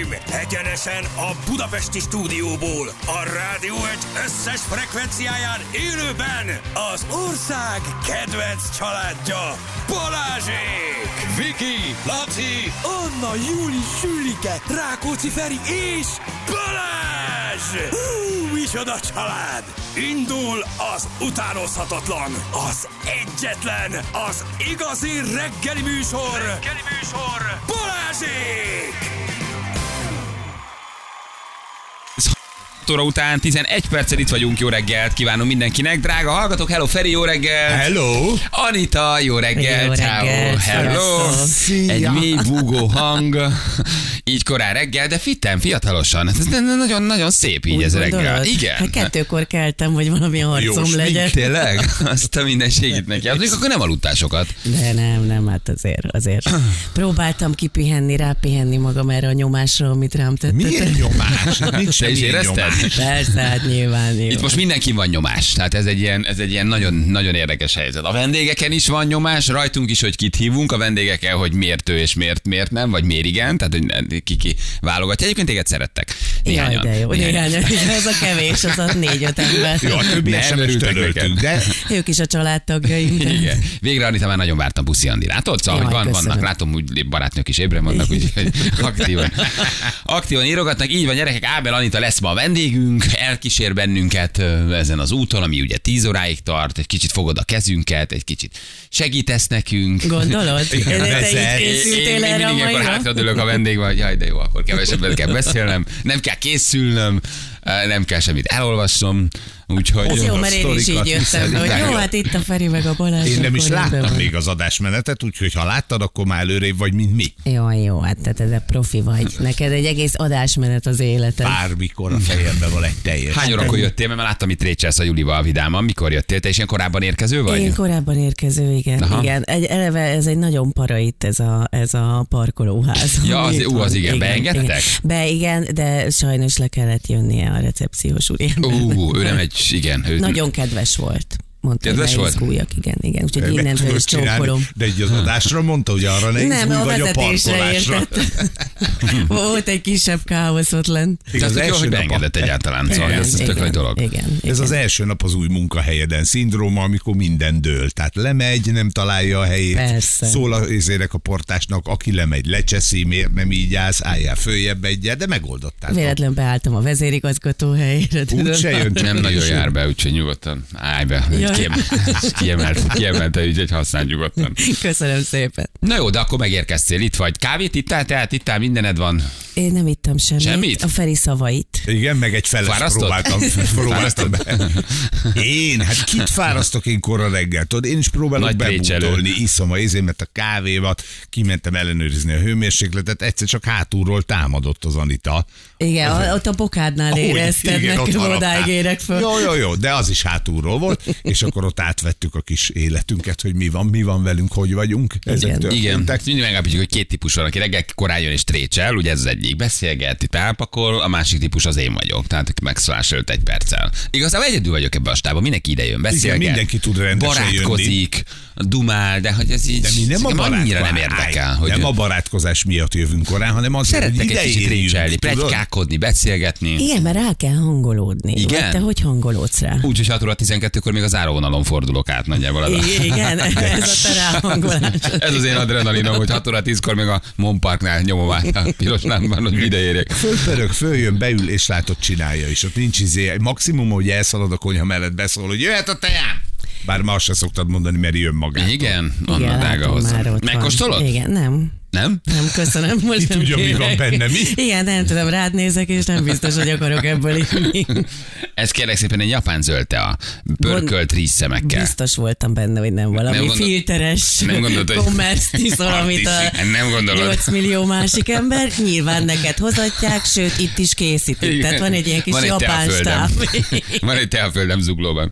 uraim! Egyenesen a budapesti stúdióból, a Rádió Egy összes frekvenciáján élőben az ország kedvenc családja, Balázsék! Viki, Laci, Anna, Júli, Sülike, Rákóczi Feri és Balázs! Micsoda család! Indul az utánozhatatlan, az egyetlen, az igazi reggeli műsor, Balázsék! Óra után 11 perccel itt vagyunk, jó reggelt kívánom mindenkinek. Drága hallgatók, hello Feri, jó reggel! Hello! Anita, jó reggel! Jó reggel, hello! sziasztok. Egy mély búgó hang, így korán reggel, de fitten, fiatalosan. Ez nagyon-nagyon szép így Úgy ez gondolod? reggel. Igen. Hát 2-kor keltem, hogy valami harcom legyen. Tényleg? Azt a minden segít neki. Hát, akkor nem aludtál sokat. De nem, hát azért. Próbáltam rápihenni magam erre a nyomásra, amit rám tettetek. Milyen nyomás? Hát nincs Te is semmilyen érezted? nyomás. Persze, hát nyilván. Itt most mindenkin van nyomás, tehát ez egy ilyen nagyon, nagyon érdekes helyzet. A vendégeken is van nyomás, rajtunk is, hogy kit hívunk, a vendégeken, hogy miért ő és miért nem, vagy miért igen, tehát hogy ki válogatja. Egyébként téged szerettek. Jaj, de jó. Néhányan. Ez a kevés, az a 4-5 ember. Jó, a többi Nem sem örültek töröltünk, de Ők is a családtagjaink. Igen. Végre, Anita, már nagyon vártam, puszi Andi. Látod? Szóval, Jaj, hogy vannak, köszönöm. látom, úgy barátnők is ébren vannak, úgyhogy aktívan írogatnak. Így van, gyerekek, Ábel Anita lesz ma a vendégünk, elkísér bennünket ezen az úton, ami ugye 10 óráig tart, egy kicsit fogod a kezünket, egy kicsit segítesz nekünk. Gondolod? Igen, Te ezzel. így készültél erre a mindig ilyenkor maira? hátradőlök a vendég, vagy jaj, de jó, akkor kevesebbet kell beszélnem, nem kell készülnöm, nem kell semmit elolvasnom, úgyhogy... Ez jó, mert én is így sztorikat jöttem, hiszel, hogy igen. jó, hát itt a Feri meg a Balázs. én nem is akkor rendben láttam van. még az adásmenetet, úgyhogy ha láttad, akkor már előrébb vagy, mint mi. Jó, hát te de profi vagy. Neked egy egész adásmenet az életed. Bármikor a fejemben van egy teljes. Hány órakor jöttél? Mert már láttam, itt récselsz a Julival vidáman. Mikor jöttél? Te is ilyen korábban érkező vagy? Én korábban érkező, igen. Aha. Igen. Eleve ez egy nagyon para itt ez a parkolóház. Ja, ami az- itt ú, az van. igen. Beengedtek? Igen, de sajnos le kellett jönnie a recepciós úriembernek. Ő nem egy, igen. Ő Nagyon kedves volt. Mondta, hogy Kedves ne volt? izguljak, igen. Úgyhogy Meg innentől tudod is csinálni, csókolom. de egy az adásra mondta, hogy arra ne Nem, izgulj, a vagy a vezetésre parkolásra. értett. Volt egy kisebb káosz ott lent. De az jó, hogy nap beengedett egyáltalán. Szóval ez tök nagy dolog. Igen. Ez az első nap az új munkahelyeden szindróma, amikor minden dől. Tehát lemegy, nem találja a helyét. Persze. Szól az ézérek a portásnak, aki lemegy, lecseszi, miért nem így állsz, álljál följebb egyet, de megoldottátok. Véletlen beálltam a vezérigazgató helyére. Úgy tudod. se jön. Nem nagyon jár be, úgyhogy nyugodtan állj be. Jaj. Kiemelte, úgyhogy használj nyugodtan. Köszönöm szépen. Na jó, de akkor megérkeztél, itt vagy. Kávét ittál, tehát ittál, mindened van. Én nem ittam semmit. Semmit? A Feri szavait. Igen, meg egy feles Fárasztott? próbáltam be. Én? Hát kit fárasztok én korra reggel? Tudod, én is próbálok Nagy précselő. bebútolni, iszom a izémet, a kávémat, kimentem ellenőrizni a hőmérsékletet, egyszer csak hátulról támadott az Anita. Igen, ott a bokádnál Ahogy, érezted, igen, ott nekem haraptál. odáig érek föl. Jó, de az is hátulról volt, és akkor ott átvettük a kis életünket, hogy mi van velünk, hogy vagyunk. Ezek Igen. Igen, történtek. mindig megállapítjuk, hogy két típus van, aki reggel korán jön és trécsel, ugye ez az egyik beszélget, itt elpakol, a másik típus az én vagyok, tehát megszólás előtt 1 perccel. Igazából egyedül vagyok ebben a stábban, mindenki ide jön, beszélget, mindenki tud rendesen barátkozik, dumál, de hogy ez így De mi nem a engem annyira barátkozás, nem érdekel, hogy nem a barátkozás miatt jövünk korán, hanem azért, hogy szerettek egy ide kicsit érjünk, trécselni, tudod? pletykálkodni, beszélgetni. Igen, mert rá kell hangolódni. Igen? Vagy te hogy hangolódsz rá? Úgyhogy 6 óra 12-kor még a záróvonalon fordulok át nagyjából. Igen, ez a te ráhangolás. Ez az én adrenalinom, hogy 6 óra 10-kor még a Monparknál nyomom át a piros lámpán, hogy ide érjek. Fölpörög, följön, beül, és látod, csinálja is. Ott nincs maximum, hogy elszalad a konyha mellett, beszól, hogy jöhet a tejám. Bár ma azt se szoktad mondani, mert jön magától. Igen, Anna Igen, drága látom, hozzá. már ott van. Megkóstolod? Igen, nem. Nem? Nem, köszönöm. Most Ki nem tudja, mi kérek. van benne, mi? Igen, nem tudom, rád nézek, és nem biztos, hogy akarok ebből inni. Ez kérlek szépen egy japán zöldte a pörkölt rízszemekkel. Biztos voltam benne, hogy nem valami Nem filteres nem gondolod, hogy- commerce tiszol, amit a Nem gondolod. 8 millió másik ember. Nyilván neked hozatják, sőt, itt is készítik. Igen. Tehát van egy ilyen kis Van egy japán teaföldem. stáb. Van egy teaföldem Zuglóban.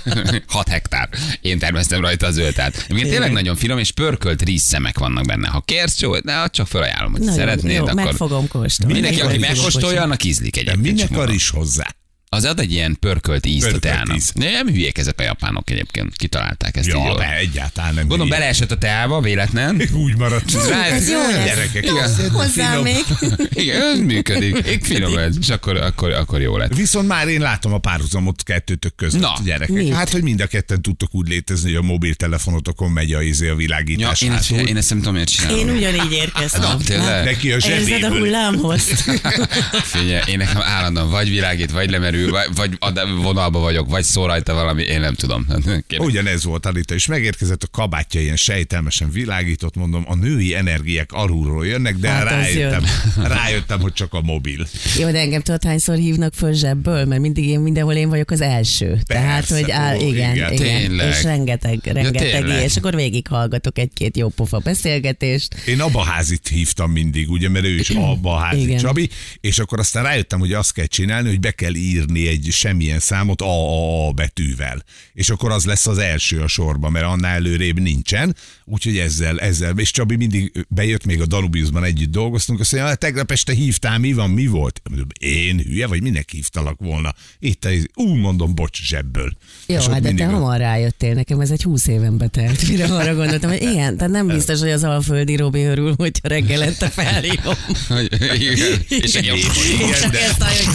6 hektár. Én termesztem rajta a zöldtát. Még tényleg nagyon finom, és pörkölt rízszemek vannak benne. Ha kérsz, jó, de csak felajánlom, hogy Nagyon szeretnéd, jó, akkor meg fogom kóstolni. mindenki, aki Meg fogom megkóstolja, kóstolni. annak ízlik De egyébként. minek csak a mondom. rizs hozzá? Az ad egy ilyen pörkölt ízt a Pörkölt teának. íz. Nem hülyék ezek a japánok egyébként. Kitalálták ezt így Ja, jól. egyáltalán nem. Gondolom hülye. beleesett a teába véletlen. Úgy maradt. Ez jó lesz. Gyerekek. Hozzá Finom. még. Igen, ez működik. Finom ez, és akkor jó lett. Viszont már én látom a párhuzamot kettőtök között, Na, gyerekek. mit? Hát, hogy mind a ketten tudtok úgy létezni, hogy a mobiltelefonotokon megy a Ja, világítás hátul. én ezt nem tudom, miért csinálom. Én ugyanígy érkeztem. Na, tényleg? Neki a Érzed a zsebéből. hullámhoz? Figyelj, én nekem állandóan vagy világít, vagy lemerül, vagy a vonalba vagyok, vagy szól rajta valami, én nem tudom. Ugyanez volt, Anita, és megérkezett a kabátja ilyen sejtelmesen világított, mondom, a női energiák alulról jönnek, de Hát az rájöttem, hogy csak a mobil. Jó, de engem tudod, hányszor hívnak föl zsebből, mert mindig mindenhol én vagyok az első. Tehát, hogy igen. Tényleg. És rengeteg, tényleg. és akkor végighallgatok egy-két jó pofa beszélgetést. Én abba házit hívtam mindig, ugye, mert ő is abba házi Igen. Csabi, és akkor aztán rájöttem, hogy azt kell csinálni, hogy be kell írni egy semmilyen számot a betűvel. És akkor az lesz az első a sorban, mert annál előrébb nincsen. Úgyhogy ezzel, és Csabi mindig bejött, még a Danubiusban együtt dolgoztunk, azt mondja, tegnap este hívtál, mi van, mi volt? Én hülye, vagy minek hívtalak volna? Itt mondom, bocs, zsebből. Jó, És ott hát de te mindig hamar rájöttél, nekem ez egy 20 éven betelt, mire arra gondoltam, hogy igen, tehát nem biztos, hogy az alföldi Robi örül, hogyha reggelente felhívom. Igen. És egy Igen, de-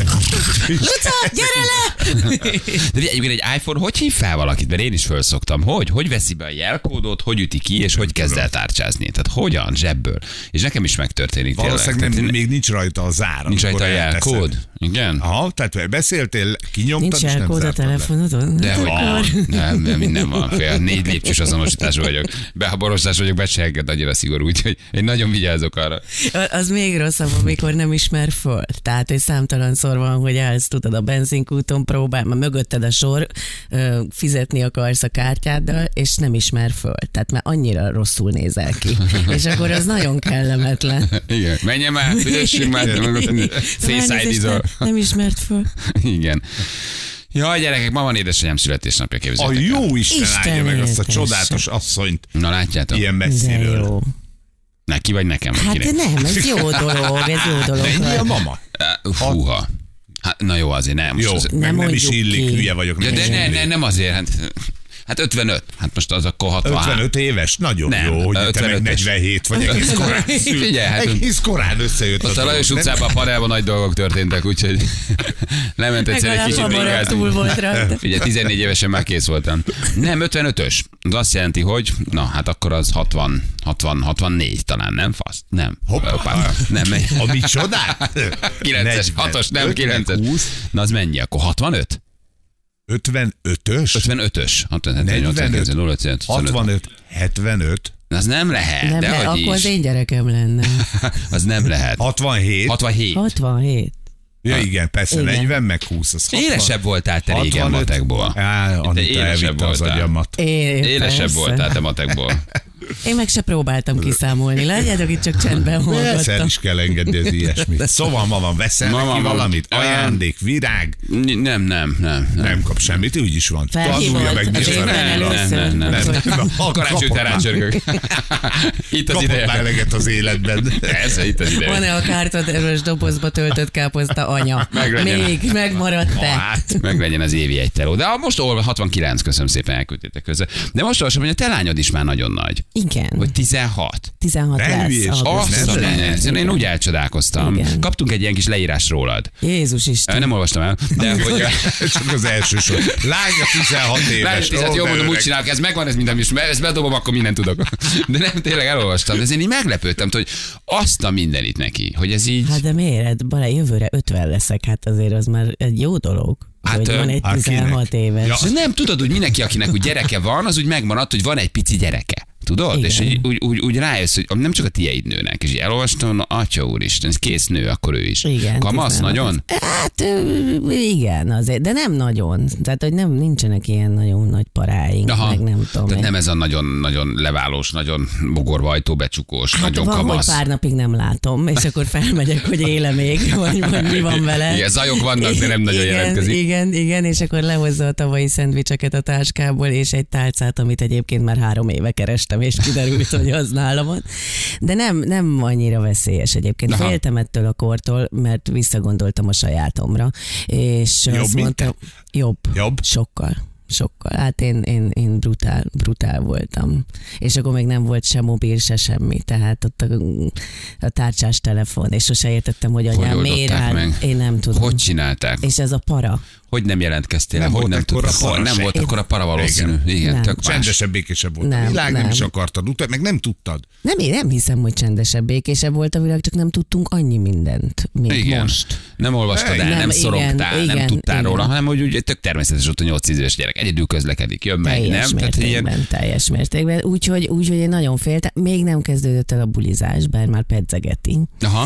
Luca, gyere le! De egyébként egy iPhone hogy hív fel valakit? Mert én is felszoktam. Hogy veszi be a jelkódot, hogy üti ki, és hogy kezd el tárcsázni? Tehát hogyan? Zsebből. És nekem is megtörténik Valószínűleg tényleg. nem, Tehát még nincs rajta a zár. nincs rajta a amikor elteszed. jelkód? Igen? Aha, tehát beszéltél, kinyomtad, Nincs és nem jelkód a zártad le. telefonodon? De Hát hogy akkor- nem, minden van. 4 lépcsős azonosítás vagyok. Behaborostás vagyok, becseget annyira szigorú, úgyhogy én nagyon vigyázok arra. Az még rosszabb, amikor nem ismer föl. Tehát, hogy számtalanszor van, hogy állsz, tudod, a benzinkúton próbál, mert mögötted a sor, fizetni akarsz a kártyáddal, és nem ismer föl. Tehát már annyira rosszul nézel ki. És akkor az nagyon kellemetlen. Igen, menjen már, fizessünk már, Face ID-zol. Nem ismert föl. Igen. Jaj, gyerekek, ma van édesanyám születésnapja, A képzeljétek el. jó Isten Isten áldja meg azt a éltesse. csodálatos asszonyt Na látjátok? ilyen De messziről. jó. Neki vagy nekem? Vagy Hát kinek? nem, ez jó dolog, ez jó dolog. Ennyi a mama? Fúha. Hát, na jó, azért nem. Jó, Most az... meg nem is mondjuk illik, ki. hülye vagyok. Ja, nem is de illik. nem azért. Hát 55. Hát most az akkor 63. 55 éves? Nagyon Nem, jó, hogy te meg 55-ös. 47 vagy, egész korán szült. Figyelj, hát- Egész korán összejött Ott a Lajos dolog. utcában, a panelban nagy dolgok történtek, úgyhogy lement egyszer egy Legalább kicsit hamarabb végázni. túl volt rajta. Figyelj, 14 évesen már kész voltam. Nem, 55-ös. Az azt jelenti, hogy, na, hát akkor az 64 talán, nem? Fasz? Nem. Hoppá. Nem, megy. A micsodát? 9-es, 6-os, nem 9-es. 20, Na, az mennyi? Akkor 65? 55-ös? 55-ös. 45, 65, 75, Az nem lehet, Nem, de de hogy akkor az is. én gyerekem lenne. Az nem lehet. 67. 67. 67. Ja igen, persze, Igen. 40 meg 20, az 60. Élesebb voltál te régen 65. matekból. Á, Anita élesebb elvitte az voltál. agyamat. Élesebb Persze. voltál te matekból. Én meg se próbáltam kiszámolni. Látjátok, itt csak csendben Persze, el hallgattam. is kell engedni az ilyesmit. Szóval ma van, veszel Ma neki van. valamit? Ajándék, virág? Nem. Nem kap semmit, úgy is van. Felhívott Tanulja meg, mi az az a évben reggel. először. Nem. Karácsony terán csörgök. Itt az Kapott már ideje. eleget az életben. Persze, itt az ideje. Van-e a kártyaderős dobozba töltött káposzta anya? Meglegyen. Még megmaradt-e? Hát, Meg legyen az évi egy teló. De most 69, köszönöm szépen, elküldtétek közben. De most olvasom, hogy a te lányod is már nagyon nagy. Igen. Vagy 16. 16 Elhülyés. lesz. Azt a nem lenyen. Én úgy elcsodálkoztam. Igen. Kaptunk egy ilyen kis leírás rólad. Jézus Isten. Nem olvastam el, de hogy... csak az első sor. Lánya 16 éves. Lány, Ó, jó de mondom, úgy öreg. csinálok, ez megvan, ez minden, és ezt bedobom, akkor mindent tudok. De nem, tényleg elolvastam. De én így meglepődtem, hogy azt a mindenit neki, hogy ez így... Hát de miért? Bala, jövőre 50 leszek, hát azért az már egy jó dolog. Hát, Hogy van egy hát 16 kinek? éves. Ja. De nem tudod, hogy mindenki, akinek úgy gyereke van, az úgy megmaradt, hogy van egy pici gyereke. Tudod? Igen. És úgy rájössz, hogy nem csak a tieid nőnek. És így elolvastam, na, atya úristen, ez kész nő, akkor ő is. Igen. Kamasz 16. nagyon? Hát igen, azért, de nem nagyon. Tehát, hogy nem nincsenek ilyen nagyon nagy paráink, meg nem tudom. Tehát meg- nem ez a nagyon leválós, nagyon bogorva ajtóbecsukós, Hát nagyon van, kamasz. hogy pár napig nem látom, és akkor felmegyek, hogy éle még, vagy mi van vele. Igen, zajok vannak, de nem nagyon jelentkezik. Igen, és akkor lehozza a tavalyi szendvicseket a táskából, és egy tálcát, amit egyébként már 3 éve kerestem kerestem, és kiderült, hogy az nálam van. De nem annyira veszélyes egyébként. Aha. Féltem ettől a kortól, mert visszagondoltam a sajátomra. És Jobb, azt mint mondtam, jobb. Sokkal. Hát én brutál voltam. És akkor még nem volt se mobil, se semmi. Tehát ott a tárcsás telefon, és sose értettem, hogy anyám miért oldották áll. meg? Én nem tudom. Hogy csinálták? És ez a para. Hogy nem jelentkeztél? Nem hogy volt nem ekkora tudtad? para Nem se. volt akkor a para valószínű. Igen, Nem. tök más. Csendesebb, békésebb volt Nem, a világ, nem nem. is akartad, meg nem tudtad. Én nem hiszem, hogy csendesebb, békésebb volt a világ, csak nem tudtunk annyi mindent, mint Igen. most. Nem olvastad el, nem Nem, szorongtál, igen, nem tudtál igen. róla, hanem hogy úgy tök természetes ott a 8-10 éves gyerek. Egyedül közlekedik, jön meg, nem? Teljes mértékben. Úgyhogy én nagyon féltem. Még nem kezdődött el a bulizás, bár már pedzegeti. Aha.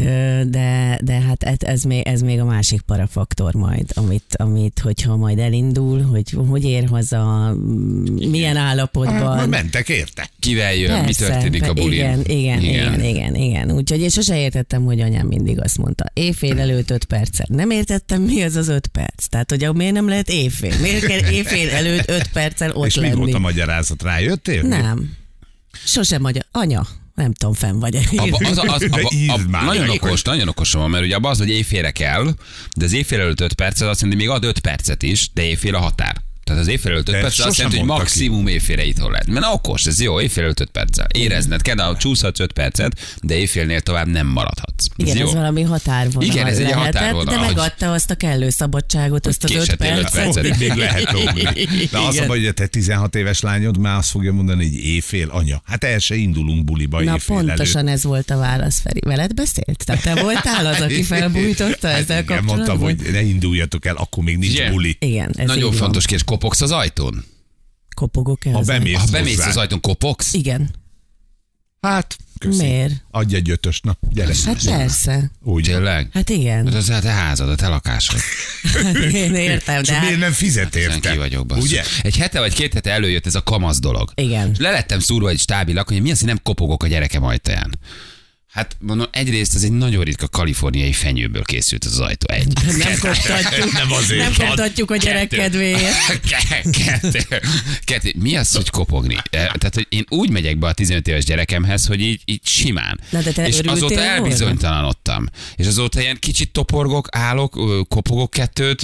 De hát ez még a másik parafaktor majd, amit hogyha majd elindul, hogy ér haza, milyen állapotban. Majd mentek érte. Kivel jön, mi történik a bulin? Igen. Úgyhogy én sose értettem, hogy anyám mindig azt mondta, éjfél előtt 5 perccel. Nem értettem, mi az 5 perc. Tehát, hogy miért nem lehet éjfél? Miért kell éjfél előtt 5 perccel ott És lenni? mi volt a magyarázat? Rájöttél? Nem. Sosem anya. Nem tudom, fenn vagy. Írd már. Nagyon okos van, mert ugye abban az, hogy éjfélre kell, de az éjfél előtt 5 perc, az azt jelenti, még ad 5 percet is, de éjfél a határ. Tehát az éjfél előtt 5 perc azt jelenti, hogy maximum éjfélre itthon lehet. Mert okos, ez jó, éjfél előtt 5 perccel. Érezned kell, csúszhatsz 5 percet, de éjfélnél tovább nem maradhatsz. Igen, ez valami határvonal. Igen, ez egy határvonal. De megadta azt a kellő szabadságot, azt az 5 percet. Még lehet lógni. De az a baj, hogy a te 16 éves lányod már azt fogja mondani, hogy éjfél, anya. Hát el se indulunk buliba Na éjfél pontosan előtt. ez volt a válasz, Feri. Veled beszélt? Tehát te voltál az, aki felbújtotta ezzel Igen, mondta, kapcsolatban? hogy ne induljatok el, akkor még nincs Igen. buli. Igen, ez Nagyon így fontos kérdés, kopogsz az ajtón? Kopogok el. Ha bemész, Ha bemész hozzá. az ajtón, kopogsz? Igen. Hát, köszi. Miért? Adj egy 5-ös, na, gyere. Hát persze. Úgy. Tényleg? Hát igen. Ez a te házad, a te lakásod. Én értem, És de miért hát... nem fizet Ezen érte? ki vagyok, basszus. Ugye? Egy hete vagy 2 hete előjött ez a kamasz dolog. Igen. És le lettem szúrva egy stábilag, hogy mi az, hogy nem kopogok a gyerekem ajtaján. Hát mondom, egyrészt ez egy nagyon ritka kaliforniai fenyőből készült az ajtó. Nem koptatjuk. Nem azért Nem van. koptatjuk a gyerek kedvéért. Kettő. Mi az, hogy kopogni? Tehát, hogy én úgy megyek be a 15 éves gyerekemhez, hogy így simán. Na, de te és örültél azóta volna? elbizonytalanodtam. És azóta ilyen kicsit toporgok, állok, kopogok 2-t,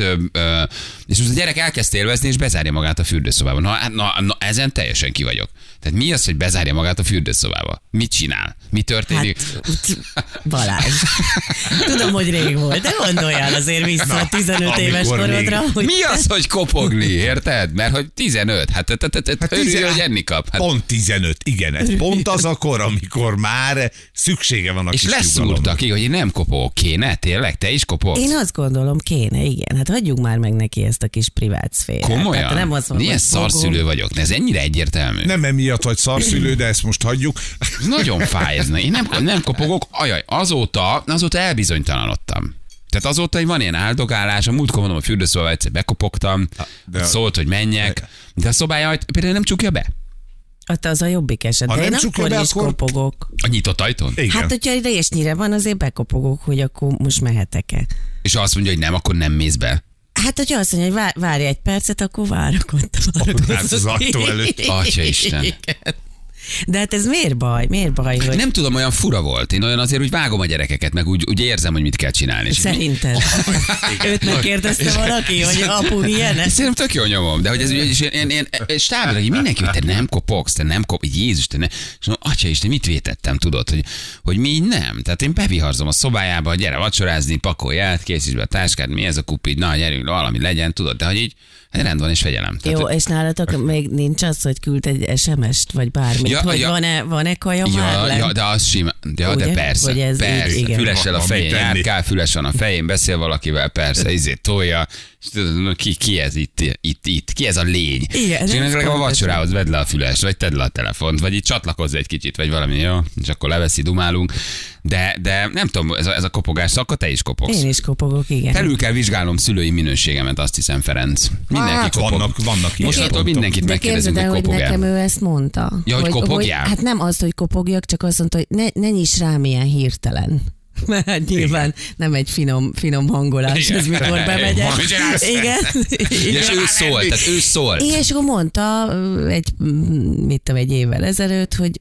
és most a gyerek elkezd élvezni, és bezárja magát a fürdőszobában. Na, ezen teljesen ki vagyok. Tehát mi az, hogy bezárja magát a fürdőszobába? Mit csinál? Mi történik? Hát, Balázs. Tudom, hogy rég volt, de gondoljál azért vissza a 15 éves amikor korodra. még. Hogy Mi az, hogy kopogni, érted? Mert hogy 15, hát örülj, hogy enni kap. Hát, Pont 15, igen, ez pont az a kor, amikor már szüksége van a és kis leszúrtak ki, hogy én nem kopogok. Kéne? Tényleg? Te is kopogsz? Én azt gondolom, kéne, igen. Hát hagyjuk már meg neki ezt a kis privát szférát. Komolyan? Hát nem azt mondom, Milyen hogy fogom. szarszülő vagyok. Ez ennyire egyértelmű. Nem emiatt vagy szarszülő, de ezt most hagyjuk. Nagyon fáj ez. Én nem kopogok. Ajaj, azóta elbizonytalanodtam. Tehát azóta, hogy van ilyen áldogálás, a múltkor mondom, a fürdőszobába egyszer bekopogtam, szólt, hogy menjek, de a szobája például nem csukja be. Hát az a jobbik eset, Ha de én nem csukja akkor be, is akkor- kopogok. A nyitott ajtón? Igen. Hát, hogyha résnyire van, azért bekopogok, hogy akkor most mehetek-e. És ha azt mondja, hogy nem, akkor nem mész be. Hát, hogyha azt mondja, hogy várj egy percet, akkor várok ott. állsz az ajtó előtt. Atyaisten. Igen. De hát ez miért baj? Miért baj, hogy... Nem tudom, olyan fura volt. Én olyan azért úgy vágom a gyerekeket, meg úgy érzem, hogy mit kell csinálni. És Szerinted? Őt megkérdezte valaki, hogy apu ilyen? Szerintem tök jól nyomom, de hogy ez ugye, és én stábra, hogy mindenki, hogy te nem kopogsz, te nem kopogsz, Jézus, te nem. És mondom, Atyaisten, mit vétettem, tudod, hogy mi így nem. Tehát én beviharzom a szobájába, gyere vacsorázni, pakolj át, készíts be a táskát, mi ez a kupi, na gyerünk, valami legyen, tudod, de hogy így rend van és fegyelem. Tehát, Jó, és nálatok még nincs az, hogy küld egy SMS-t, vagy bármit, Ja, hogy ja. van-e kaja már lent? ja, de az sima. Ja, de Ugye? persze, Hogy ez persze. így, igen. Fülessel a Van fején mit tenni. járkál, füles van a fején, beszél valakivel, persze, tolja. És tudod, ki ez itt, ki ez a lény? Igen, és ez én legalább a pontosan. vacsorához vedd le a fülest, vagy tedd le a telefont, vagy itt csatlakozz egy kicsit, vagy valami, jó? És akkor leveszi, dumálunk. De nem tudom, ez a kopogás, akkor te is kopogsz. Én is kopogok, igen. Felül kell vizsgálnom szülői minőségemet, azt hiszem, Ferenc. Mindenki Hát kopog. vannak ilyen Mostantól pontok. mindenkit De megkérdezünk, képzeld el, hogy hogy kopog-e. nekem ő ezt mondta. Ja, hogy kopogjál? Hát nem az, hogy kopogjak, csak azt mondta, hogy ne nyis rám ilyen hirtelen. mert nyilván nem egy finom hangolás, ez mikor bemegyek. Igen. És ő szól, tehát ő szól. És akkor mondta egy évvel ezelőtt, hogy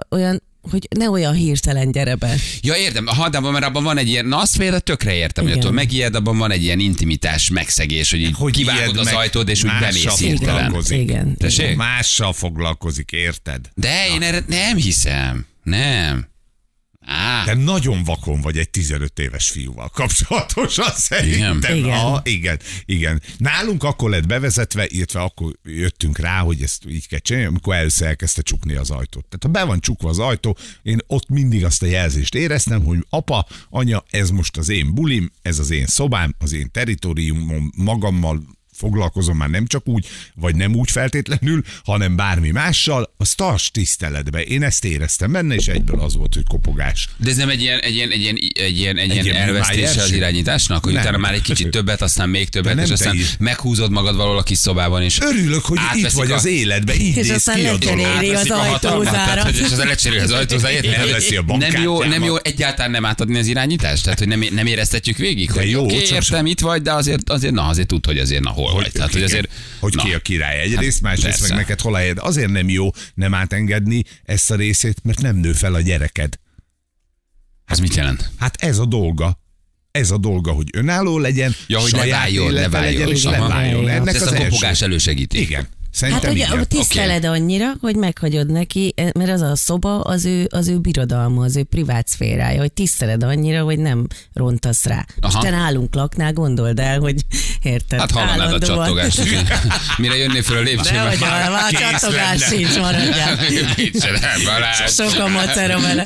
ne olyan hirtelen gyere be. Ja, értem, mert abban van egy ilyen, na azt például tökre értem, hogy attól megijed, abban van egy ilyen intimitás, megszegés, hogy így kivágod az ajtód, és úgy bemész hirtelen. Igen. Tessék? Mással foglalkozik, érted? De én erre nem hiszem. Nem. De nagyon vakon vagy egy 15 éves fiúval kapcsolatosan szerintem. Igen. Nálunk akkor lett bevezetve, illetve akkor jöttünk rá, hogy ezt így kell csinálni, amikor először elkezdte csukni az ajtót. Tehát ha be van csukva az ajtó, én ott mindig azt a jelzést éreztem, hogy apa, anya, ez most az én bulim, ez az én szobám, az én territóriumom, magammal foglalkozom már nem csak úgy, vagy nem úgy feltétlenül, hanem bármi mással, az tarts tiszteletbe. Én ezt éreztem benne, és egyből az volt, hogy kopogás. De ez nem egy ilyen elvesztése az irányításnak, hogy utána már egy kicsit többet, aztán még többet, és aztán meghúzod magad valahol a kis szobában, és örülök, hogy itt vagy az életben, így és néz ki a dolog. az ajtózárat. És aztán lecseréli az ajtózárat. Nem jó egyáltalán nem átadni az irányítást? Tehát, hogy nem éreztetjük végig, hogy értem, itt vagy, de azért tudd, hogy azért hol vagy. Tehát, hogy azért, ki a király egyrészt, másrészt meg neked hol a helyed. Azért nem jó nem átengedni ezt a részét, mert nem nő fel a gyereked. Ez mit jelent? Hát ez a dolga. Ez a dolga, hogy önálló legyen, hogy ne váljon, és leváljon. Ennek ezt a kopogás elősegíti. Igen. Szerintem hát, hogy tiszteled annyira, hogy meghagyod neki, mert az a szoba az ő birodalma, az ő privát szférája, hogy tiszteled annyira, hogy nem rontasz rá. És te nálunk laknál, gondold el, hogy érted. Hát hallanád a csattogást. Mire jönnél föl a lépcsőben? De a csattogás sincs, maradjál. Balázs. Sok a macera vele.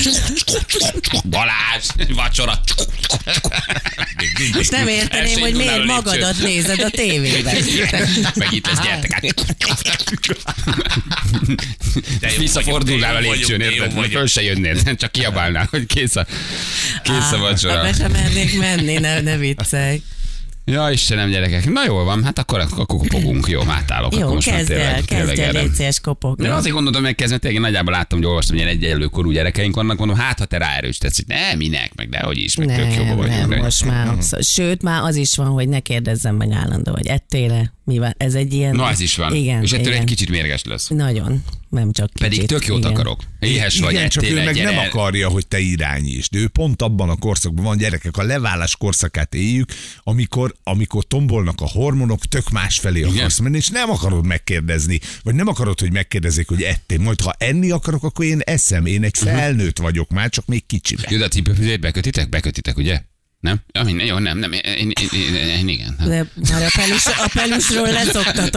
Balázs, vacsora. És nem érteném, hogy miért magadat nézed a tévében. Meg itt lesz, gyertek át. Visszafordulnál a lépcsőn, érted? Föl se jönnél, csak kiabálnál, hogy kész a vacsora. Be sem mernék menni, ne viccelj. Ja, Istenem, gyerekek. Na jól van, hát akkor kopogunk. Jó, átállok. Jó, kezdj el, légy szíves, kopogni. De azért gondoltam megkezdeni, tényleg nagyjából láttam, hogy olvastam, hogy ilyen egyenlőkorú gyerekeink vannak, mondom, hát ha te ráerősítetsz, hogy nem, minek, meg dehogy is, meg tök jó vagy. Nem, most már. Sőt, már az is van, hogy ne kérdezzem meg állandó, hogy ettél-e, mi van. Ez egy ilyen... Na, ez is van. Igen, és ettől igen. egy kicsit mérges lesz. Nagyon. Nem csak kicsit. Pedig tök jót akarok. Éhes vagy, igen, csak ettél, ő meg gyere. nem akarja, hogy te irányítsd. Ő pont abban a korszakban van, gyerekek, a leválás korszakát éljük, amikor tombolnak a hormonok, tök másfelé akarsz menni, és nem akarod megkérdezni, vagy nem akarod, hogy megkérdezzék, hogy ettél. Majd ha enni akarok, akkor én eszem. Én egy felnőtt vagyok már, csak még kicsibe. Jó, de a cipőfűzét bekötitek, ugye? Nem? Jó, nem. Én igen. De már a pelusról leszoktatok,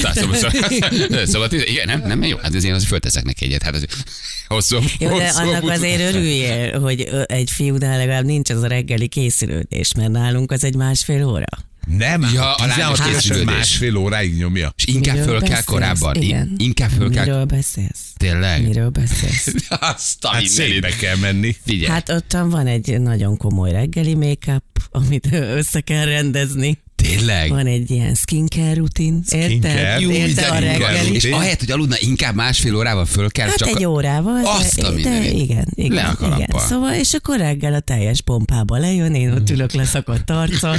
Szoba tiszta, igen, nem, jó, hát azért azért fölteszek neki egyet, hát azért hosszú. Jó, de annak azért örüljél, hogy egy fiúnál legalább nincs az a reggeli készülődés, mert nálunk az egy 1,5 óra. Nem, ja, a lányos készülődés. 1,5 óráig nyomja. És inkább föl kell korábban. Igen. Inkább föl kell. Miről beszélsz? Tényleg? Miről beszélsz? Azt a Hát szétbe kell menni. Figyelj. Hát ott van egy nagyon komoly reggeli make-up, amit össze kell rendezni. Tényleg? Van egy ilyen skincare rutin, érted? Érted a reggeli. És ahelyett, hogy aludna, inkább 1,5 órával föl kell. Hát csak egy órával. Azt a mindenit. Igen. Le a kalappal. Szóval, és akkor reggel a teljes pompába lejön, én ott ülök leszakadt arccal.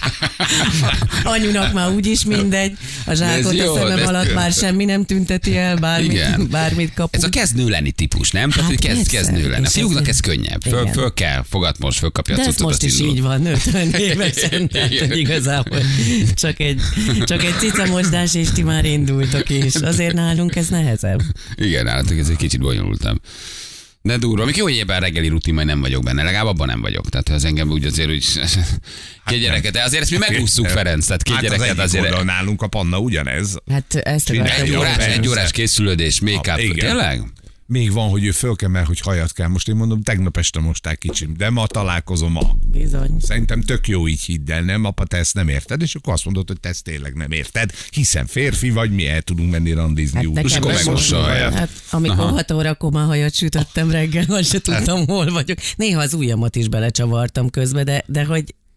Anyunak már úgyis mindegy. A zsákot jó, a szemem alatt már semmi nem tünteti el, bármit kapunk. Ez a kezd nő lenni típus, nem? Tehát, hogy kezd nő lenni. A fiúknak ez könnyebb. Föl kell, fogatmos, fölkapja a cuccot. De ez most is így van, 50 évesen, tehát hogy igazából csak egy cicamosdás, és ti már indultok is. Azért nálunk ez nehezebb. Igen, nálatok ez egy kicsit bonyolultam. De durva, még jó, hogy ebben a reggeli rutin majd nem vagyok benne, legalább abban nem vagyok. Tehát az engem úgy azért, hogy két gyereket, de azért ezt mi megússzuk, Ferenc, tehát két gyereket azért. Oldal nálunk a panna ugyanez. Hát ezt akartam. Egy órás készülődés, make-up, tényleg? Még van, hogy ő föl kell, mert hogy hajat kell. Most én mondom, tegnap este mosták kicsim, de ma találkozom ma. Bizony. Szerintem tök jó így, hidd el, nem? Apa, te ezt nem érted, és akkor azt mondod, hogy te ezt tényleg nem érted, hiszen férfi vagy, mi el tudunk menni randizni úgy. És akkor megmossa a hajat. Hát, amikor 6 órakor már hajat sütöttem reggel, azt se tudtam, hol vagyok. Néha az ujjamat is belecsavartam közbe, de hogy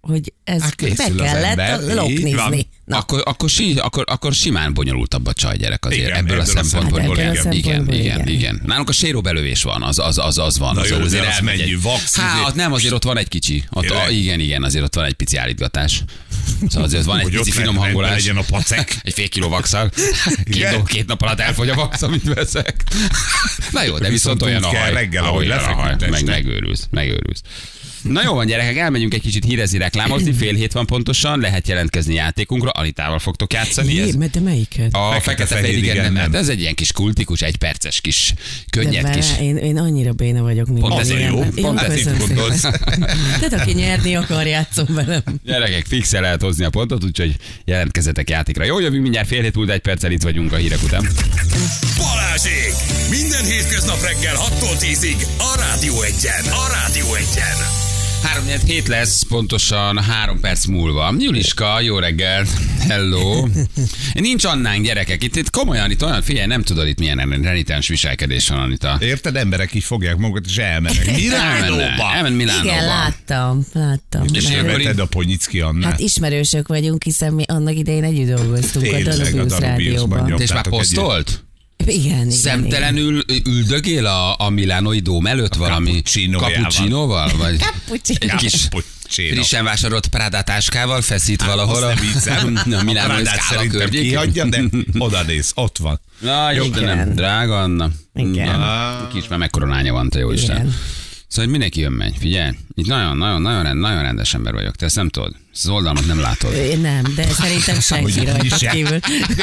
hogy ez Hát be készül az kellett ember, így van. loknizni. Na. Akkor simán bonyolultabb a csaj gyerek azért. Igen, ebből a szempontból. Hát ebből a Igen, szempontból igen. igen. Nálunk a sérobelövés van, az van. Na jó, de az elmegy mennyi egy- vax, Hát azért- nem, azért ott van egy kicsi. Tényleg? Igen, azért ott van egy pici állítgatás. Szóval azért van egy Hogy pici ott finom hangolás. legyen a pacek. Egy fél kiló vaxal. Igen? Két nap alatt elfogy a vax, amit veszek. Na jó, de viszont úgy olyan a kell haj. reggel, ahogy Olyan a haj. lefeküdt este. Megőrülsz. Na jó van, gyerekek, elmegyünk egy kicsit hírezni, reklámozni, 6:30 van pontosan, lehet jelentkezni játékunkra, Anitával fogtok játszani. Ez De melyiket? a Fekete-fehér, fekete igen, nem. nem. Ez egy ilyen kis kultikus, egyperces kis, De könnyed kis. én annyira béna vagyok minden Pont ezért ilyenben. jó, pont ezért köszönöm gondolsz. szépen. Tehát aki nyerni akar, játszom velem. Gyerekek, fixen lehet hozni a pontot, úgyhogy jelentkezzetek játékra. Jó, jövünk mindjárt 6:30 múlt 1 perccel, itt vagyunk a hírek után. Balázsék! Minden hétköznap reggel 6-tól 10-ig a Rádió Egyen. A Rádió Egyen. 3:47 lesz, pontosan 3 perc múlva. Juliska, jó reggel. Hello. Nincs Annánk, gyerekek. Itt komolyan, itt olyan, figyelj, nem tudod itt milyen renitens viselkedés van, Anita. Érted? Emberek így fogják magukat, és elmennek. Milánóba! Elment Milánóba. Igen, láttam. És Mert- akkor Veted a Ponyicki Annát. Hát ismerősök vagyunk, hiszen mi annak idején együtt dolgoztunk a Tényleg, a Danubius Danubiusban rádióban. nyom. És már Nyomtátok posztolt? Igen. Szemtelenül üldögél a milánói dóm előtt valami cappuccinójával. cappuccinóval? Vagy Cappuccino. egy kis Cappuccino. frissen vásárolt Prada táskával feszít valahol Azt nem hiszem. a milánói Prádát Scala szerintem környékén? kihagyja, de oda néz, ott van. Na, Istenem, Igen. drága Anna. Igen. Na, kis már mekkora lánya van, te jó Isten. Igen. Szóval hogy mindenki jön megy, figyelj. Itt nagyon rendes ember vagyok, te ezt nem tudod. Ezt az oldalmat nem látod. Én nem, de szerintem senki Hogy rajta se. kívül.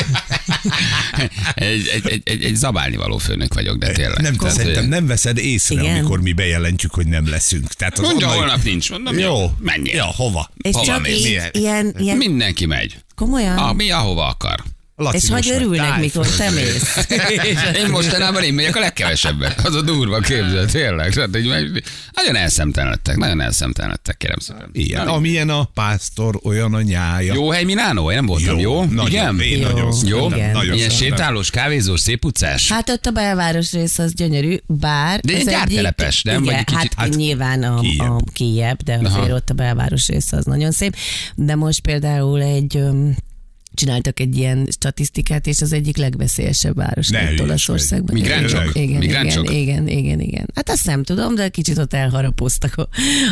Egy zabálni való főnök vagyok, de tényleg. Nem, Tehát, szerintem nem veszed észre, Igen. amikor mi bejelentjük, hogy nem leszünk. Tehát az Mondja, Annai- holnap nincs. Mondom, Jó, menjél. Ja, hova? És Hova csak mész? így, ilyen Mindenki megy. komolyan. Mi ahova akar. Laci, És hogy most már örülnek, mikor te tájföldre. mész. Én mostanában én megyek a legkevesebbet. Az a durva képzel, tényleg. Tehát, nagyon elszemtelenedtek, kérem szépen. Igen, Na, amilyen a pásztor, olyan a nyája. jó hely Milánó, én nem voltam, jó? Nagyon, Igen? Én Jó. nagyon Jó? szeretem, Igen. nagyon Ilyen szeretem. sétálós, kávézós, szép utcás? Hát ott a belváros rész az gyönyörű, bár... De az egy egyik- gyártelepes, nem? Vagy Igen, egy kicsit- hát nyilván Kijebb. a kijebb, de azért Aha. ott a belváros rész az nagyon szép. De most például csináltak egy ilyen statisztikát, és az egyik legveszélyesebb város Ne lett hülyeskedj. Olaszországban. Migráncsok? Igen, Migráncsok? igen. Hát azt nem tudom, de kicsit ott elharapoztak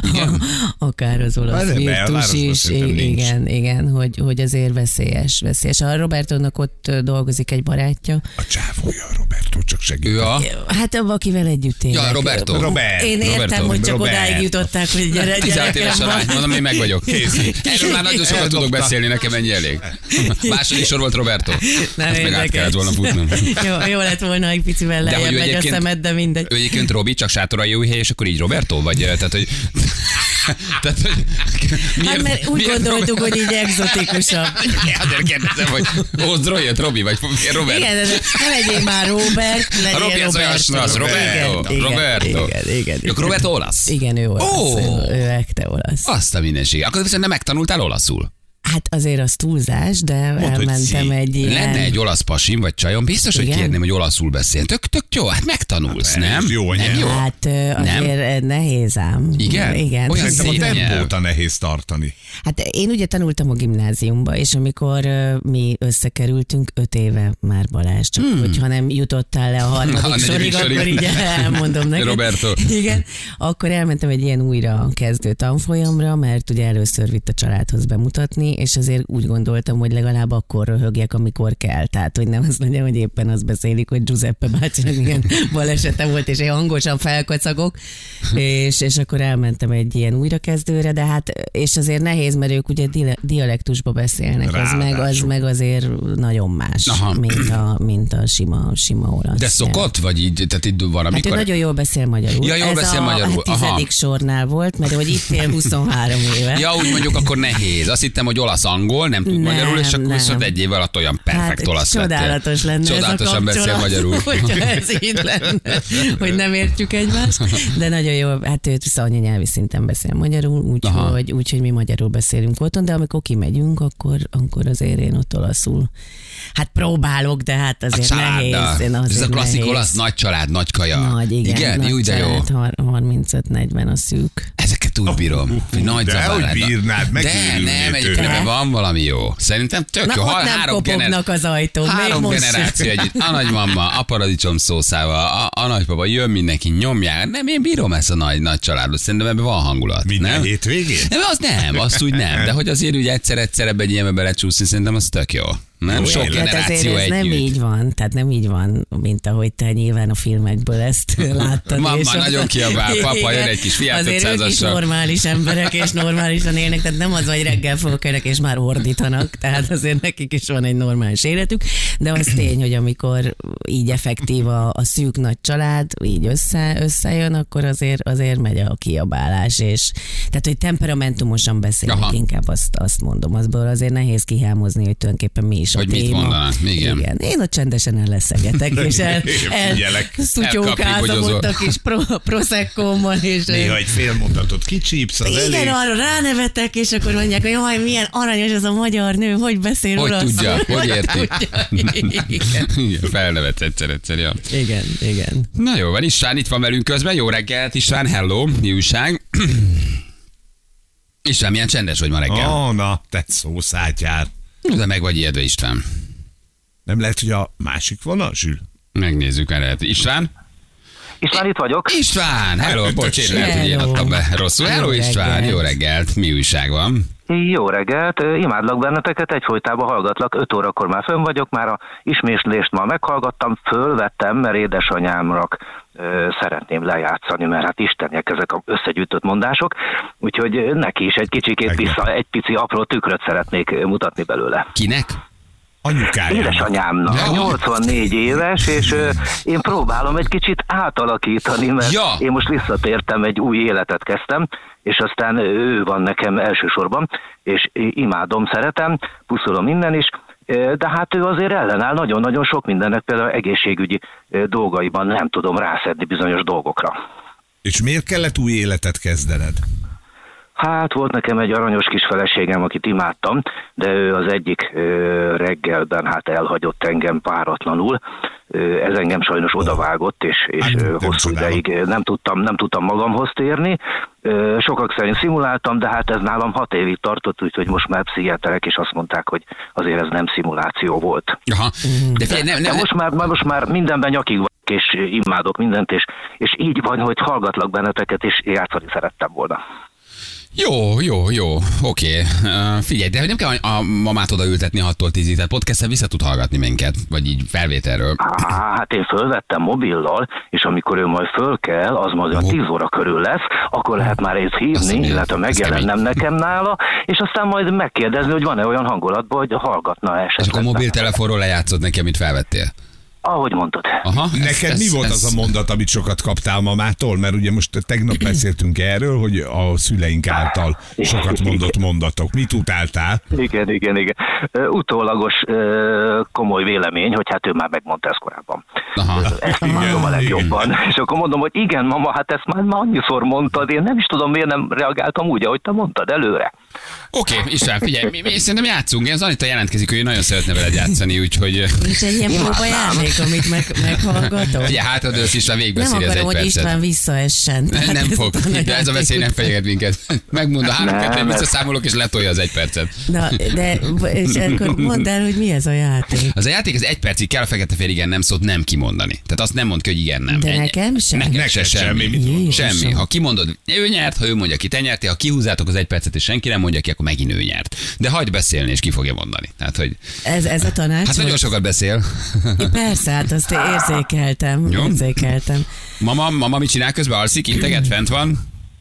akár az olasz Hát de virtus belvárosban is. szerintem nincs. Igen, hogy azért veszélyes. A Robertónak ott dolgozik egy barátja. A csávója, Roberto, csak segít. Ő a... Hát akivel együtt élek. Ja, Roberto. Robert. Én értem, Roberto. hogy csak Robert. odáig jutották, hogy 16 éves a lány, mondom, én meg vagyok. Erről már nagyon sokat tudok Eldobta. beszélni, nekem ennyi elég. Második sor volt Roberto. Nem Ezt meg át érdekes. kellett volna futnom. jó lett volna, egy picivel De hogy lejjebb ő megy a egyébként- szemed, de mindegy. Ő egyébként Robi, csak sátorai jó hely, és akkor így Roberto? Vagy tehát, hogy... tehát, hogy Hát mert úgy gondoltuk, hogy így egzotikusabb. Azért kérdezem, hogy Ózdról jött Robi, vagy Robert? Igen, de ne legyél már Robert, A legyél Robi az olyan Roberto. snasz, Roberto. Igen, Roberto. Igen. Jó, Roberto olasz? Igen, ő olasz. Ó. Ő ekte olasz. Azt a mindenség. Akkor viszont nem megtanultál olaszul? Hát azért az túlzás, de hogy elmentem szí. egy ilyen... Lenne egy olasz pasim, vagy csajom, biztos, hogy Igen? kérném, hogy olaszul beszél. Tök jó, hát megtanulsz, Hát, nem? jó a nem nyelv. jó? Hát azért nehéz ám. Igen? Igen. Olyan Szerintem a szép nyelv. tempót a nehéz tartani. Hát én ugye tanultam a gimnáziumba, és amikor mi összekerültünk 5 éve már Balázs, csak hogyha nem jutottál le a A harmadik negyedik sorig, sorig. akkor így elmondom neked. Roberto. Igen, akkor elmentem egy ilyen újra kezdő tanfolyamra, mert ugye először vitt a családhoz bemutatni, és azért úgy gondoltam, hogy legalább akkor röhögjek, amikor kell. Tehát, hogy nem az legyen, hogy éppen azt beszélik, hogy Giuseppe bácsinak ilyen balesete volt, és én hangosan felkacagok, és akkor elmentem egy ilyen újrakezdőre, de hát, és azért nehéz, mert ők ugye dialektusba beszélnek, az Ráadásul. meg azért nagyon más, Aha. mint a sima olasz. De szokott, vagy így, tehát itt van, Hát ő amikor... nagyon jól beszél magyarul. Ja, jól Ez beszél magyarul. a 10. Aha. sornál volt, mert hogy itt él 23 éve. Ja, úgy mondjuk, akkor nehéz. Azt hittem, hogy olasz-angol, nem tud Nem, magyarul, és akkor nem. viszont egy év alatt olyan perfekt olasz lettél. Csodálatos lenne Csodálatosan ez a beszél kapcsolat, magyarul. hogyha ez így lenne, hogy nem értjük egymást. De nagyon jó, hát ő anyanyelvi szinten beszél magyarul, Aha. úgyhogy mi magyarul beszélünk otthon, de amikor kimegyünk, akkor azért én ott olaszul. Hát próbálok, de hát A azért családdal. nehéz. Én Ez azért a klasszik nehéz. olasz, nagy család, nagy kaja. Nagy, igen. Igen, nagy jó, de jó. család, 35-40 a szűk. Ezeket úgy bírom. Nagy de zavar. hogy bírnád, De megőrülnél nem, egyébként tőle. ebben van valami jó. Szerintem tök Na, jó. ott nem kopognak az ajtón, még Három most generáció együtt. A nagymama, a paradicsom szószával, a nagypapa, jön mindenki, nyomják. Nem, én bírom ezt a nagy családot. Szerintem ebben van hangulat. Minden nem? hétvégén? Nem, azt úgy nem. De hogy azért ugye egyszer ebbe egy ilyenbe belecsúszni, szerintem az tök jó. Nem? Sok Hát azért generáció ez nem együtt. így van, tehát nem így van, mint ahogy te nyilván a filmekből ezt láttad. Mama és nagyon kiabál, papa igen, jön egy kis fiát azért ők is 500-assal. normális emberek, és normálisan élnek, tehát nem az, hogy reggel fölkelnek, és már ordítanak, tehát azért nekik is van egy normális életük, de az tény, hogy amikor így effektív a szűk nagy család, így összejön, akkor azért megy a kiabálás, és tehát, hogy temperamentumosan beszélnek, Aha. inkább azt mondom, azból azért nehéz kihámozni, hogy tulajdonképpen mi is a Hogy mit téma. mondanak, igen. Én ott csendesen elleszegetek, és Figyelek. szutyókázom ott a kis proseccoommal, és Néha egy fél mondatot kicsípsz, az elég. igen, arra ránevetek, és akkor mondják, hogy jaj, milyen aranyos ez a magyar nő, hogy beszél Hogy olaszul. tudja, hogy érti. Igen. Igen, felnevetsz egyszer, ja. Igen. Na jó, van István itt van velünk közben. Jó reggelt, István, hello, mi újság? István, milyen csendes vagy ma reggel? Na, te szószátyár. De meg vagy ijedve, István. Nem lehet, hogy a másik vonal, Zsül? Megnézzük, el lehet. István? István, itt vagyok. István! Hello, bocs, én lehet, hogy én Hello. adtam be rosszul. Hello, Jó István, reggelt. jó reggelt. Mi újság van? Jó reggelt, imádlak benneteket, egyfolytában hallgatlak, 5 órakor már fönn vagyok, már a ismétlést ma meghallgattam, fölvettem, mert édesanyámnak szeretném lejátszani, mert hát isteniek ezek az összegyűjtött mondások, úgyhogy neki is egy kicsikét vissza, egy pici apró tükröt szeretnék mutatni belőle. Kinek? Anyukája. Édesanyámnak, Ja. 84 éves, és én próbálom egy kicsit átalakítani, mert Ja. én most visszatértem, egy új életet kezdtem, és aztán ő van nekem elsősorban, és imádom, szeretem, puszolom innen is, de hát ő azért ellenáll nagyon-nagyon sok mindennek, például egészségügyi dolgaiban nem tudom rászedni bizonyos dolgokra. És miért kellett új életet kezdened? Hát volt nekem egy aranyos kis feleségem, akit imádtam, de ő az egyik reggelben hát elhagyott engem páratlanul. Ez engem sajnos odavágott, és Hát, nem hosszú csodálom. ideig nem tudtam magamhoz térni. Sokak szerint szimuláltam, de hát ez nálam 6 évig tartott, úgyhogy most már pszichiáterek is azt mondták, hogy azért ez nem szimuláció volt. Aha. De figyelj, De most már mindenben nyakig vagyok, és imádok mindent, és így van, hogy hallgatlak benneteket, és játszani szerettem volna. Jó, oké. Figyelj, de hogy nem kell a mamát odaültetni 6-tól 10-ig, tehát podcasttel vissza tud hallgatni minket, vagy így felvételről. Hát én fölvettem mobillal, és amikor ő majd föl kell, az majd olyan 10 óra körül lesz, akkor lehet már ezt Azt hívni, mondja, illetve ez megjelennem nekem nála, és aztán majd megkérdezni, hogy van-e olyan hangulatban, hogy hallgatna esetleg. És akkor mobiltelefonról lejátszod neki, amit felvettél. Ahogy mondtad. Aha. Neked mi volt az a mondat, amit sokat kaptál mamától? Mert ugye most tegnap beszéltünk erről, hogy a szüleink által sokat mondott mondatok. Mit utáltál? Igen. Utólagos komoly vélemény, hogy hát ő már megmondta ezt korábban. Aha. Ezt imádom a legjobban. És akkor mondom, hogy igen, mama, hát ezt már annyiszor mondtad, én nem is tudom, miért nem reagáltam úgy, ahogy te mondtad előre. Oké, István, figyelj, mi szerintem játszunk. Én az Anita jelentkezik, hogy ő nagyon szeretne veled játszani, úgyhogy... Nincs egy ilyen próbajáték, amit meghallgatom? Ugye hátradőlsz, István Nem végigbeszéli az akarom, egy hogy percet. István visszaessen. Tehát Nem fog. ezután a De ez a veszély nem játék fenyeget minket. Megmondom, 3 2 Nem, visszaszámolok, és letolja az 1 percet. Na, és akkor mondd el, hogy mi ez a játék. Az a játék, az 1 percig kell a fekete-fehér igen nem szót nem kimondani. Tehát azt nem mond ki, hogy igen nem. De Ennyi. nekem sem? Nekem Neked se semmi. semmi. Mit mondod? Semmi. Ha kimondod, ő nyert, ha ő mondja ki, te nyertél, ha kihúzátok az 1 percet, és senki nem mondja ki, akkor megint ő nyert. De hagyd beszélni, és ki fogja mondani. Tehát, hogy Ez a tanács? hát nagyon vagy? sokat beszél. Persze, hát azt érzékeltem. Jó. Érzékeltem. Mama mit csinál közben? Alszik, integet, fent van?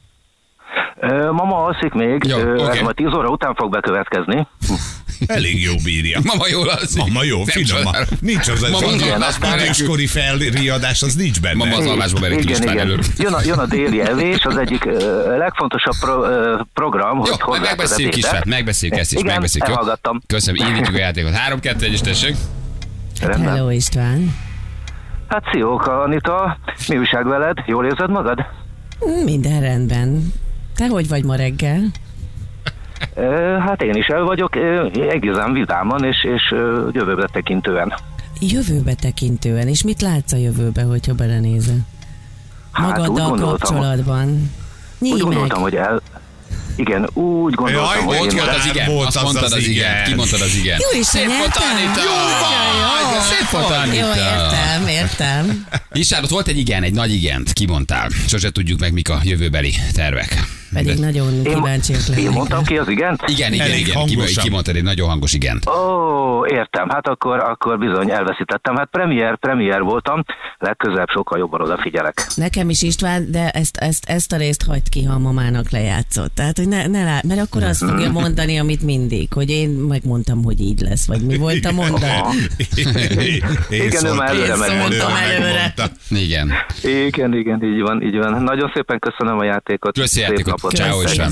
Mama alszik még, Jó, ez oké. majd 10 óra után fog bekövetkezni. Elég jó bírja. Mama jól alszik. Mama jó, Nem finoman. csodálom. Nincs az Mama az Igen, alvásba menekül. időskori felriadás, az nincs benne. Mama az alvásba menekül István elől. Jön a déli evés, az egyik legfontosabb program, hogy Jó, hozzá megbeszéljük István, megbeszéljük ezt is, Igen, megbeszéljük. jó? elhallgattam. Köszönöm, indítjuk a játékot. 3 2 1 és tessék. Rendben. Hello István. Hát szióka, Anita, mi újság veled? Jól érzed magad? Minden rendben. Te hogy vagy ma reggel? Hát én is el vagyok, egészen vidáman és jövőbe tekintően. Jövőbe tekintően. És mit látsz a jövőbe, hogyha belenézel? Hát úgy Magaddal gondoltam, kapcsolatban. Úgy gondoltam, hogy igen, úgy gondoltam, hogy Ott én volt az igen, azt mondtad az igen. Kimondtad az igen. Jó is, Szép volt, Anita! Szép volt, Jó, Anita! értem. Isár, ott volt egy igen, egy nagy igent, kimondtál. Sose tudjuk meg, mik a jövőbeli tervek. Pedig nagyon kíváncsiak Én lennék. mondtam ki az igent? Igen, kimondtad egy nagyon hangos igent. Ó, értem, hát akkor bizony elveszítettem. Hát premier voltam, legközelebb sokkal jobban odafigyelek. Nekem is István, de ezt a részt hagyd ki, ha a mamának lejátszott. Tehát, hogy ne lát, mert akkor azt fogja mondani, amit mindig, hogy én megmondtam, hogy így lesz, vagy mi volt a mondat. Igen, ő már előre megmondtam előre. Igen. Igen, így van. Nagyon szépen köszönöm a játékot. Köszi játékot. Ciao, István.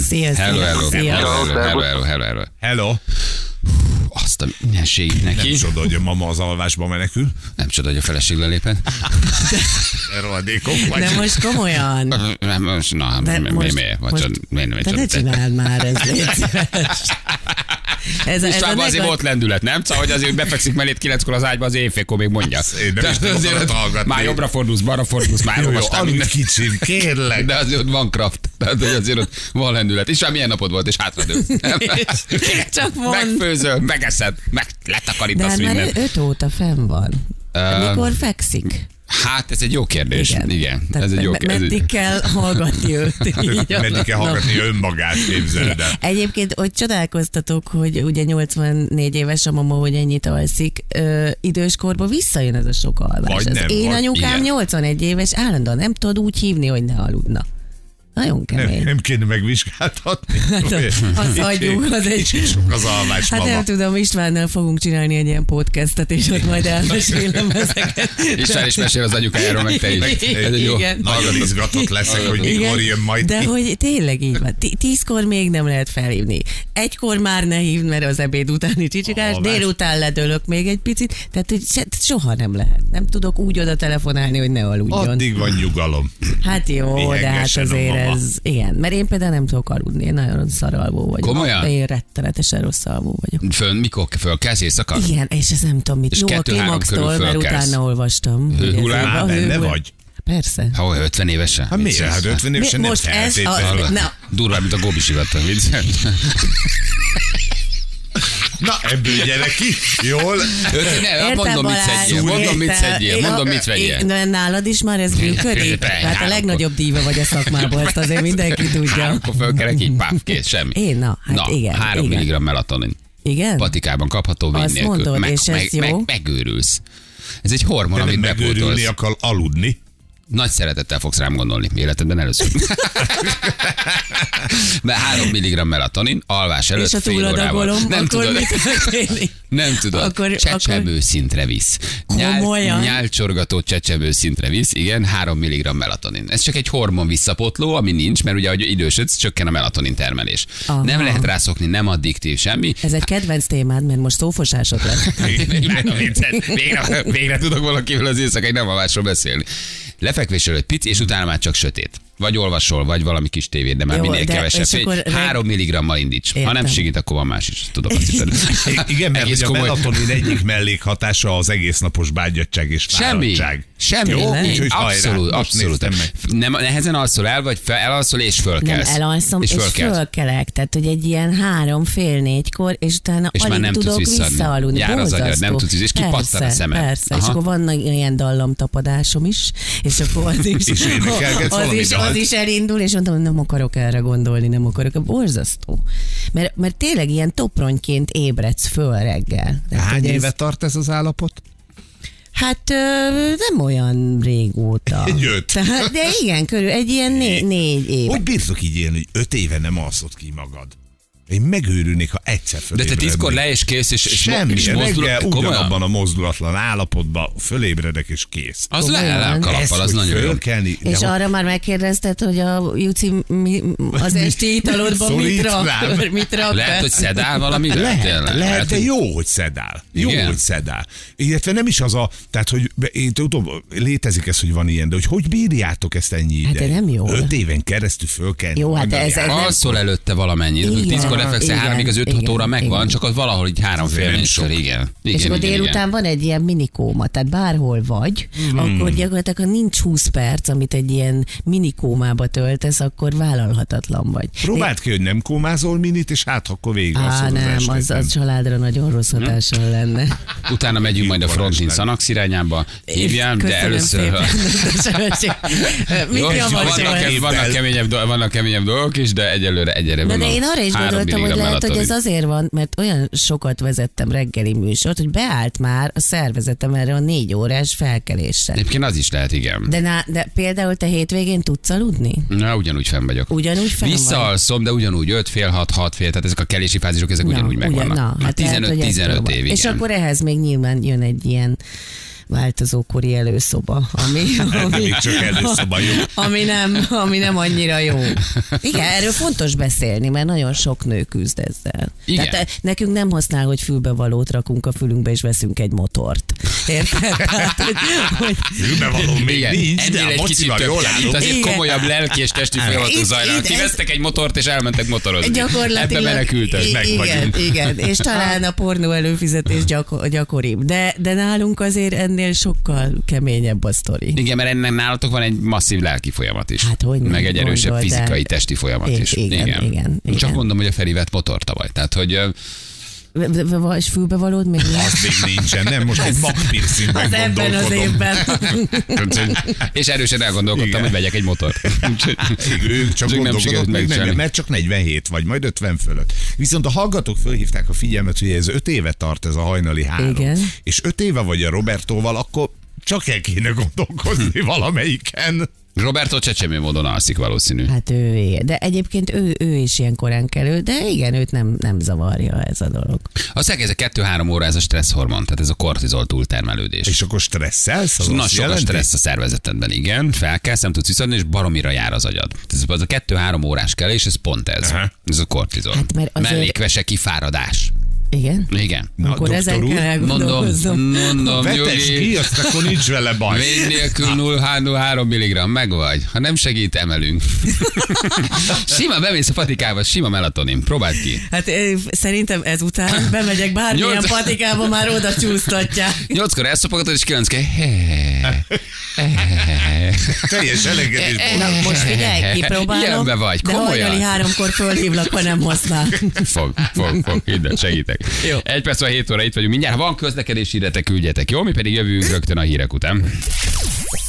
Hello. Hello. Azt a mindenségét neki. Nem csoda, hogy a mama az alvásba menekül. Nem csoda, hogy a feleség lelépett. Rohadékok vagy. De most komolyan. Miért? De ne csináld már, ez légy szíves. Istvánban azért volt lendület, nem? Szóval, hogy azért befekszik mellét 9-kor az ágyba, az éjfélkor még mondja. Már jobbra fordulsz, balra fordulsz, már elolvastál mindent. Kicsim, kérlek. De azért ott van kraft. Tehát, hogy azért ott van lendület. István milyen napod volt, és hátradőlsz. Csak mond. Megfőzöl, megeszed, meg letakarítasz mindent. De mindent. már 5 óta fenn van. Mikor fekszik? Hát ez egy jó kérdés. Igen. Ez egy jó kérdés. Meddig kell hallgatni őt? Meddig kell hallgatni önmagát, képzeld el. Egyébként, hogy csodálkoztatok, hogy ugye 84 éves a mama, hogy ennyit alszik, időskorban visszajön ez a sok alvás. Vagy nem, én vagy anyukám igen. 81 éves, állandóan nem tudod úgy hívni, hogy ne aludna. Nagyon kemény. Nem kéne megvizsgáltatni. Azt hagyjuk, az egy... Sok az alvás, Hát mama. nem tudom, Istvánnal fogunk csinálni egy ilyen podcastet, és ott majd elmesélem ezeket. István is mesél az anyukájáról, meg te is. Ez egy jó. Igen. Nagyon izgatott leszek, hogy mikor jön majd De ki. hogy tényleg így van. 10-kor még nem lehet felhívni. 1-kor már ne hívd, mert az ebéd utáni csicsikás, délután ledőlök még egy picit, tehát hogy soha nem lehet. Nem tudok úgy oda telefonálni, hogy ne aludjon. Addig van nyugalom. Hát jó, de hát Éhegessen a azért mama. ez, igen, mert én például nem tudok aludni, én nagyon szaralvó vagyok. Komolyan? Én rettenetesen rossz alvó vagyok. Mikor fölkelsz éjszaka? Igen, és ez nem tudom mit. És Jó, a 2-3 körül Klimaxtól, mert fölkelsz. utána olvastam. Hőhullám? Már benne vagy? Persze. Ha 50 évesen? Hát miért? Hát 50 évesen nem Most ez feltétlenül. Na, Durván, mint a Gobi sivatag. Viccel? Na, ebből gyere ki. Jól? Mondom, mit Balázs, szedjél. Mondom, mit értem. szedjél. Mondom, mit vegyél. De nálad is már ez működik? Hát a legnagyobb díva vagy a szakmában, ezt azért mindenki tudja. Akkor fölkelek így, páf, kész, semmi. Én, hát igen. 3 igen. mg melatonin. Igen? Patikában kapható, vín Azt nélkül. mondod, és ez jó? Megőrülsz. Ez egy hormon, De nem amit bepótolsz. megőrülni, akar aludni. Nagy szeretettel fogsz rám gondolni életedben először. Mert 3 mg melatonin, alvás előtt És a fél órával. túladagolom, Nem akkor tudod. mi történik? Nem tudod. Akkor- Csecsemő szintre visz. Komolyan? Nyálcsorgató csecsemő szintre visz, igen, 3 mg melatonin. Ez csak egy hormon visszapotló, ami nincs, mert ugye, ahogy idősödsz, csökken a melatonin termelés. Aha. Nem lehet rászokni, nem addiktív semmi. Ez egy kedvenc témád, mert most szófosásod lesz. Végre tudok valakivel az éjszakai nem alvásról beszélni. Lefekvés előtt pici, és utána már csak sötét. Vagy olvasol, vagy valami kis tévét, de már Jó, minél de kevesebb. és akkor 3 mg-mal indíts. Ha nem Értem. segít, akkor van más is. Tudok azt hiszem. Igen, mert Egész ugye a komoly. melatonin egyik mellékhatása az egész napos bágyadtság és Semmi. fáradtság. Semmi. Jó? Tényleg? Úgyhogy hajrá, Abszolút, most abszolút. néztem meg. Nem, nehezen alszol el, vagy elalszol és fölkelsz. Nem elalszom, és fölkelek. Tehát, hogy egy ilyen 3-4-kor, és utána És már alig nem tudsz tudok visszaadni. visszaaludni. Jár az agyad, Borzasztó. nem tudsz vissza, és kipattan a szemed. Persze, és Aha. akkor van ilyen dallamtapadásom is, és akkor az is, És énekelgetsz valami az dalt? is elindul, és mondom, nem akarok erre gondolni, nem akarok. Borzasztó. Mert tényleg ilyen topronyként ébredsz föl reggel. Tehát, Hány hogy ez- éve tart ez az állapot? Hát nem olyan régóta. Egy 5. Tehát, de igen, körül egy ilyen 4 év. Hogy bírtok így élni, hogy 5 éve nem alszott ki magad? Én megőrülnék, ha egyszer De te fölébrednék. 10-kor le és kész, és Semmi, mozdul. reggel Komolyan? ugyanabban a mozdulatlan állapotban fölébredek és kész. Az Komolyan? le kalappal, az hogy nagyon jó. fölkelni, de És hogy- arra már megkérdezted, hogy a Juci az esti italodban Szorít mit rak? rám. Mit rak? Lehet, hogy szedál valamivel? Lehet, de jó, hogy szedál. Jó, Igen. hogy szedál. Illetve nem is az a, tehát, hogy én tudom, létezik ez, hogy van ilyen, de hogy bírjátok ezt ennyi Hát ideig? de nem jól. 5 éven keresztül fölkelni. Jó, hát magad. ez nem- Alszol előtte valamennyit, hogy Igen. 10-kor akkor lefekszel Igen, 3-ig, az 5-6 igen, óra megvan, igen. csak az valahogy így 3-fél-4-kor, igen. És akkor délután van egy ilyen minikóma, tehát bárhol vagy, akkor gyakorlatilag ha nincs 20 perc, amit egy ilyen minikómába töltesz, akkor vállalhatatlan vagy. Próbáld ki, hogy nem kómázol minit, és hát akkor végigaszol Nem, az családra nagyon rossz hatással lenne. Utána megyünk majd a Frontin Szanax irányába, hívjál, de Köszönöm először... szépen. Mit javasolsz? Vannak keményebb dolgok is, de egyelőre van. De én arra is 3 gondoltam, hogy milligram lehet, hogy ez melatonin. azért van, mert olyan sokat vezettem reggeli műsort, hogy beállt már a szervezetem erre a 4 órás felkelésre. Egyébként az is lehet, igen. De például te hétvégén tudsz aludni? Na, ugyanúgy fenn vagyok. Ugyanúgy fenn vagy? Visszaalszom, de ugyanúgy 5, fél 6, 6 fél, tehát ezek a kelési fázisok, ezek ugyanúgy megvannak. Hát lehet, hogy ez 15 próbál. év, És igen. akkor ehhez még nyilván jön egy ilyen változókori előszoba, Még csak előszoba jó. ami nem annyira jó. Igen, erről fontos beszélni, mert nagyon sok nő küzd ezzel. Igen. Tehát nekünk nem használ, hogy fülbevalót rakunk a fülünkbe, és veszünk egy motort. Érted? Tehát, hogy Fülbevaló még Igen, nincs, de ennél a egy kicsit mocival több jól kell. Itt állunk. azért Igen. komolyabb lelki és testi folyamatok Itt- zajlanak. itt Ti ez- vesztek egy motort, és elmentek motorozni. gyakorlatilag... Ebbe menekültek, meg igen, vagyunk. igen, és talán a pornó előfizetés gyakoribb. De nálunk azért ennél sokkal keményebb a sztori. Igen, mert ennek nálatok van egy masszív lelki folyamat is. Hát hogy nem, meg egy erősebb gondold el. fizikai, testi folyamat is. Igen. Csak mondom, hogy a Feri vett motor tavaly. Tehát, hogy És fülbevalód még nincs? Az még nincsen, nem? Most egy magpiercingben Az ebben az gondolkodom. évben. és erősen elgondolkodtam, Igen. hogy vegyek egy motort. Ők csak nem gondolkodott, sikerült még nem, megcsinálni. mert csak 47 vagy, majd 50 fölött. Viszont a hallgatók fölhívták a figyelmet, hogy ez 5 éve tart ez a hajnali 3. Igen. És 5 éve vagy a Robertóval, akkor csak el kéne gondolkozni valamelyiken. Roberto csecsemő módon alszik valószínű. Hát ő igen. De egyébként ő is ilyen korán kelő, de igen, őt nem zavarja ez a dolog. Azt mondják, ez a 2-3 óra, ez a stresszhormon, tehát ez a kortizol túltermelődés. És akkor stresszelsz? Az Na, azt sok a jelenti? stressz a szervezetedben, igen. Felkelsz, nem tudsz visszadni, és baromira jár az agyad. Ez az a 2-3 órás kelés, ez pont ez. Aha. Ez a kortizol. Hát, mert azért- Mellékvese kifáradás. Igen? Igen. Na, Akkor doktor ezen úr, kell elgondolkozzom. Mondom, Vetes Jogi. ki, azt akkor nincs vele baj. Vény nélkül 0,3 mg, meg vagy. Ha nem segít, emelünk. Sima, bemész a patikába, sima melatonin. Próbáld ki. Hát szerintem ezután bemegyek bármilyen 8 patikába, már oda csúsztatják. 8-kor elszopogatod, és 9-kor. Teljes elengedés. Na, most figyelj, kipróbálom. Ilyenbe vagy, de komolyan. hajnali 3-kor fölhívlak, ha nem használ. Fog, hidd el, segítek. Jó. 1 perc van 7 óra, itt vagyunk mindjárt. Ha van közlekedési híretek, küldjetek, jó? Mi pedig jövünk rögtön a hírek után.